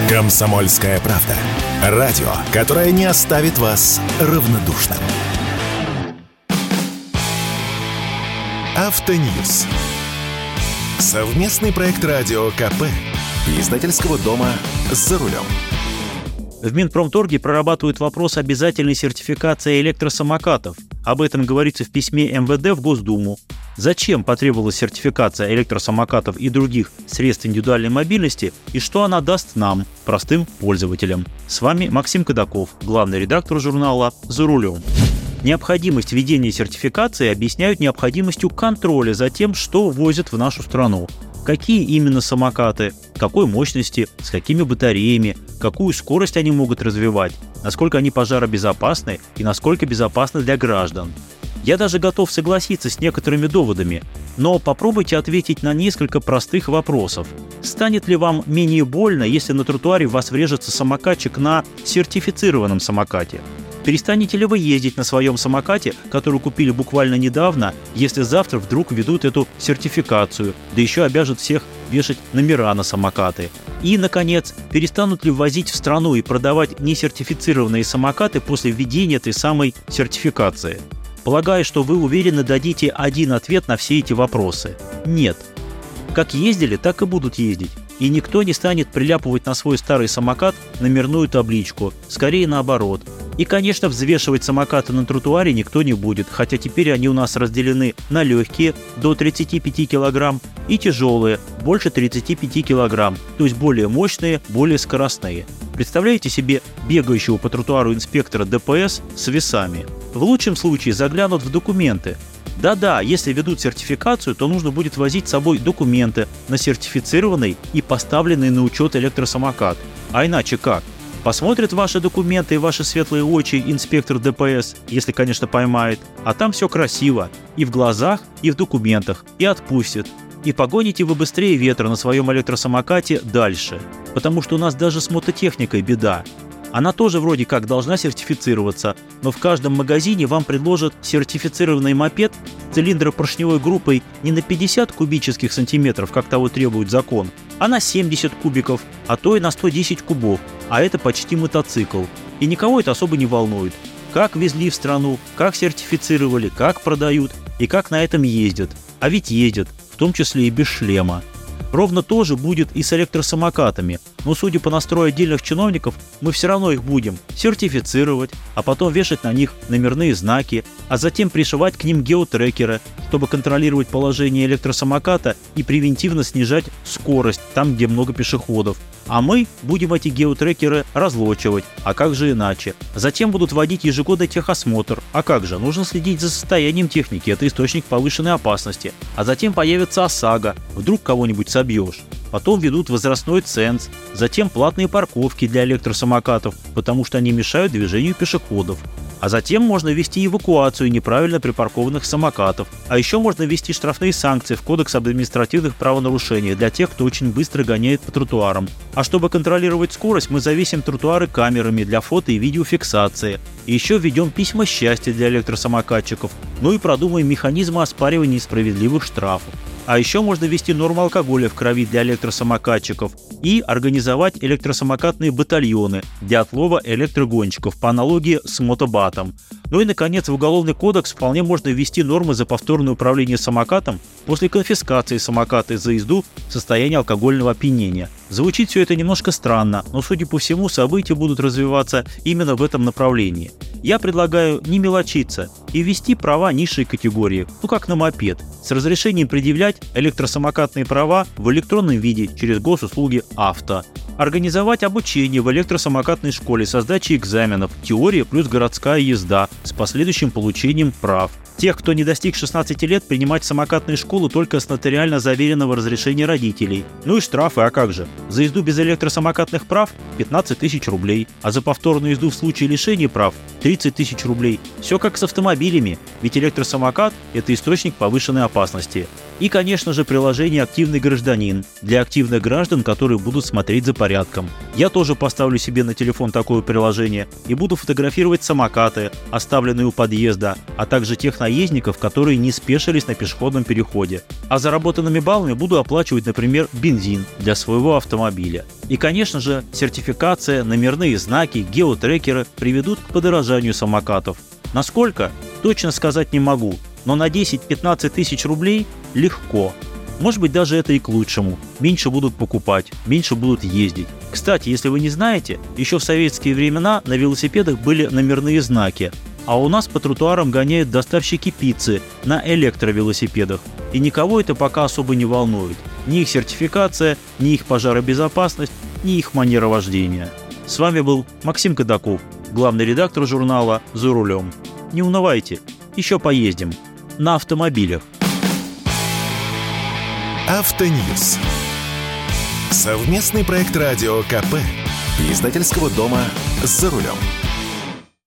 «Комсомольская правда». Радио, которое не оставит вас равнодушным. Автоньюз. Совместный проект радио КП и издательского дома «За рулем». В Минпромторге прорабатывают вопрос обязательной сертификации электросамокатов. Об этом говорится в письме МВД в Госдуму. Зачем потребовалась сертификация электросамокатов и других средств индивидуальной мобильности и что она даст нам, простым пользователям? С вами Максим Кадаков, главный редактор журнала «За рулем». Необходимость введения сертификации объясняют необходимостью контроля за тем, что ввозят в нашу страну. Какие именно самокаты, какой мощности, с какими батареями, какую скорость они могут развивать, насколько они пожаробезопасны и насколько безопасны для граждан. Я даже готов согласиться с некоторыми доводами, но попробуйте ответить на несколько простых вопросов. Станет ли вам менее больно, если на тротуаре в вас врежется самокатчик на сертифицированном самокате? Перестанете ли вы ездить на своем самокате, который купили буквально недавно, если завтра вдруг введут эту сертификацию, да еще обяжут всех вешать номера на самокаты? И, наконец, перестанут ли ввозить в страну и продавать несертифицированные самокаты после введения этой самой сертификации? Полагаю, что вы уверенно дадите один ответ на все эти вопросы. Нет. Как ездили, так и будут ездить. И никто не станет приляпывать на свой старый самокат номерную табличку, скорее наоборот. И, конечно, взвешивать самокаты на тротуаре никто не будет, хотя теперь они у нас разделены на легкие до 35 кг и тяжелые больше 35 кг, то есть более мощные, более скоростные. Представляете себе бегающего по тротуару инспектора ДПС с весами? В лучшем случае заглянут в документы. Да-да, если ведут сертификацию, то нужно будет возить с собой документы на сертифицированный и поставленный на учет электросамокат. А иначе как? Посмотрит ваши документы и ваши светлые очи инспектор ДПС, если, конечно, поймает, а там все красиво, и в глазах, и в документах, и отпустит. И погоните вы быстрее ветра на своем электросамокате дальше, потому что у нас даже с мототехникой беда. Она тоже вроде как должна сертифицироваться, но в каждом магазине вам предложат сертифицированный мопед с цилиндропоршневой группой не на 50 кубических сантиметров, как того требует закон, а на 70 кубиков, а то и на 110 кубов, а это почти мотоцикл. И никого это особо не волнует. Как везли в страну, как сертифицировали, как продают и как на этом ездят. А ведь ездят, в том числе и без шлема. Ровно то же будет и с электросамокатами, но судя по настрою отдельных чиновников, мы все равно их будем сертифицировать, а потом вешать на них номерные знаки, а затем пришивать к ним геотрекеры, чтобы контролировать положение электросамоката и превентивно снижать скорость там, где много пешеходов. А мы будем эти геотрекеры разлочивать, а как же иначе? Затем будут вводить ежегодный техосмотр, а как же? Нужно следить за состоянием техники, это источник повышенной опасности. А затем появится ОСАГО, вдруг кого-нибудь собьешь. Потом ведут возрастной ценз, затем платные парковки для электросамокатов, потому что они мешают движению пешеходов. А затем можно ввести эвакуацию неправильно припаркованных самокатов. А еще можно ввести штрафные санкции в Кодекс об административных правонарушениях для тех, кто очень быстро гоняет по тротуарам. А чтобы контролировать скорость, мы завесим тротуары камерами для фото и видеофиксации. И еще введем письма счастья для электросамокатчиков. Ну и продумаем механизмы оспаривания несправедливых штрафов. А еще можно ввести норму алкоголя в крови для электросамокатчиков и организовать электросамокатные батальоны для отлова электрогонщиков по аналогии с мотобатом. Ну и, наконец, в Уголовный кодекс вполне можно ввести нормы за повторное управление самокатом после конфискации самоката за езду в состоянии алкогольного опьянения. Звучит все это немножко странно, но, судя по всему, события будут развиваться именно в этом направлении. Я предлагаю не мелочиться и ввести права низшей категории, как на мопед, с разрешением предъявлять электросамокатные права в электронном виде через госуслуги авто. Организовать обучение в электросамокатной школе со сдачей экзаменов, теория плюс городская езда с последующим получением прав. Тех, кто не достиг 16 лет, принимать в самокатные школы только с нотариально заверенного разрешения родителей. Ну и штрафы, а как же? За езду без электросамокатных прав 15 тысяч рублей, а за повторную езду в случае лишения прав 30 тысяч рублей. Все как с автомобилями, ведь электросамокат – это источник повышенной опасности. И, конечно же, приложение «Активный гражданин» для активных граждан, которые будут смотреть за порядком. Я тоже поставлю себе на телефон такое приложение и буду фотографировать самокаты, оставленные у подъезда, а также тех наездников, которые не спешились на пешеходном переходе. А заработанными баллами буду оплачивать, например, бензин для своего автомобиля. И, конечно же, сертификация, номерные знаки, геотрекеры приведут к подорожанию самокатов. Насколько? Точно сказать не могу, но на 10-15 тысяч рублей легко. Может быть, даже это и к лучшему. Меньше будут покупать, меньше будут ездить. Кстати, если вы не знаете, еще в советские времена на велосипедах были номерные знаки, а у нас по тротуарам гоняют доставщики пиццы на электровелосипедах. И никого это пока особо не волнует. Ни их сертификация, ни их пожаробезопасность, ни их манера вождения. С вами был Максим Кадаков, главный редактор журнала «За рулем». Не унывайте, еще поездим на автомобилях. Автоньюз. Совместный проект радио КП и издательского дома «За рулем».